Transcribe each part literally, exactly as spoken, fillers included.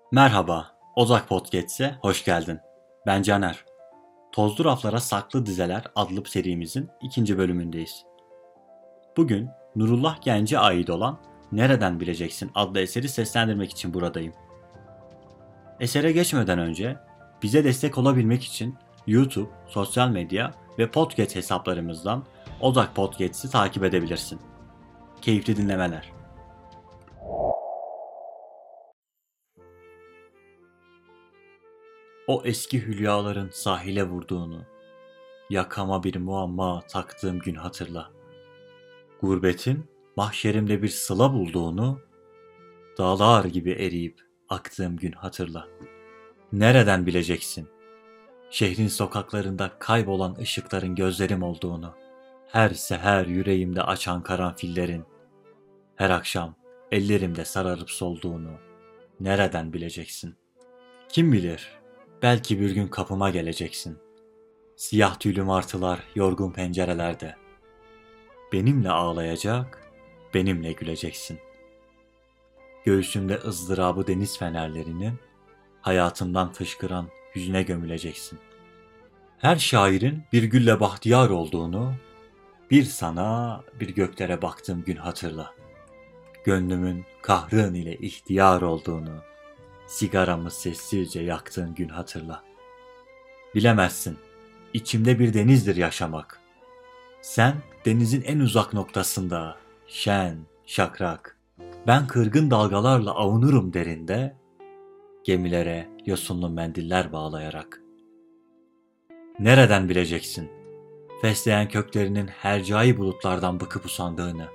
Merhaba, Ozak Podcast'e hoş geldin. Ben Caner. Tozlu Raflara Saklı Dizeler adlı serimizin ikinci bölümündeyiz. Bugün Nurullah Gence'ye ait olan Nereden Bileceksin adlı eseri seslendirmek için buradayım. Esere geçmeden önce bize destek olabilmek için YouTube, sosyal medya ve podcast hesaplarımızdan Ozak Podcast'i takip edebilirsin. Keyifli dinlemeler. O eski hülyaların sahile vurduğunu, yakama bir muamma taktığım gün hatırla. Gurbetin mahşerimde bir sıla bulduğunu, dağlar gibi eriyip aktığım gün hatırla. Nereden bileceksin? Şehrin sokaklarında kaybolan ışıkların gözlerim olduğunu, her seher yüreğimde açan karanfillerin, her akşam ellerimde sararıp solduğunu, nereden bileceksin? Kim bilir, belki bir gün kapıma geleceksin. Siyah tüylü martılar yorgun pencerelerde. Benimle ağlayacak, benimle güleceksin. Göğsümde ızdırabı deniz fenerlerinin, hayatımdan fışkıran hüzne gömüleceksin. Her şairin bir gülle bahtiyar olduğunu, bir sana bir göklere baktığım gün hatırla. Gönlümün kahrın ile ihtiyar olduğunu, sigaramı sessizce yaktığın gün hatırla. Bilemezsin, içimde bir denizdir yaşamak. Sen denizin en uzak noktasında, şen, şakrak. Ben kırgın dalgalarla avunurum derinde, gemilere yosunlu mendiller bağlayarak. Nereden bileceksin, fesleğen köklerinin hercai bulutlardan bıkıp usandığını,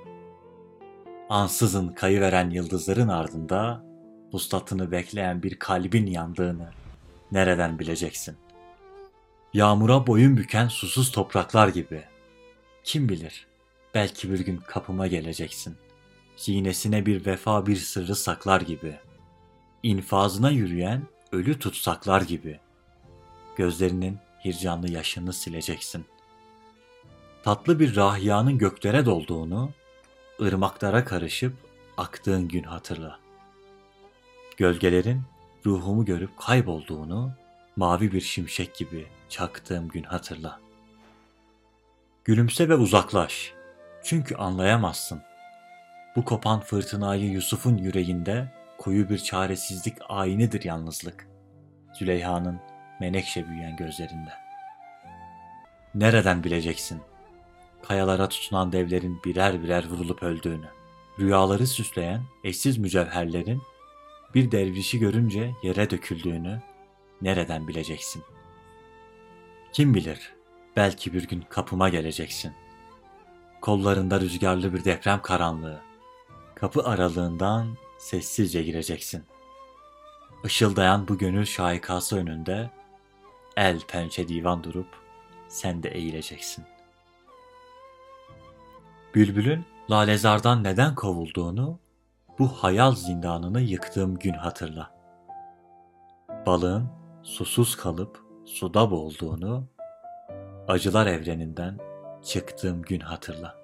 ansızın kayıveren yıldızların ardında, vuslatını bekleyen bir kalbin yandığını, nereden bileceksin? Yağmura boyun büken susuz topraklar gibi, kim bilir, belki bir gün kapıma geleceksin. Sinesine bir vefa bir sırrı saklar gibi. İnfazına yürüyen ölü tutsaklar gibi. Gözlerinin hircanlı yaşını sileceksin. Tatlı bir rahiyanın göklere dolduğunu, ırmaklara karışıp aktığın gün hatırla. Gölgelerin ruhumu görüp kaybolduğunu, mavi bir şimşek gibi çaktığım gün hatırla. Gülümse ve uzaklaş. Çünkü anlayamazsın. Bu kopan fırtınayı Yusuf'un yüreğinde koyu bir çaresizlik ayinidir yalnızlık. Züleyha'nın menekşe büyüyen gözlerinde. Nereden bileceksin? Kayalara tutunan devlerin birer birer vurulup öldüğünü. Rüyaları süsleyen eşsiz mücevherlerin bir dervişi görünce yere döküldüğünü nereden bileceksin? Kim bilir, belki bir gün kapıma geleceksin. Kollarında rüzgarlı bir deprem karanlığı. Kapı aralığından sessizce gireceksin. Işıldayan bu gönül şahikası önünde el pençe divan durup sen de eğileceksin. Bülbülün lalezardan neden kovulduğunu, bu hayal zindanını yıktığım gün hatırla. Balığın susuz kalıp suda boğulduğunu, acılar evreninden çıktığım gün hatırla.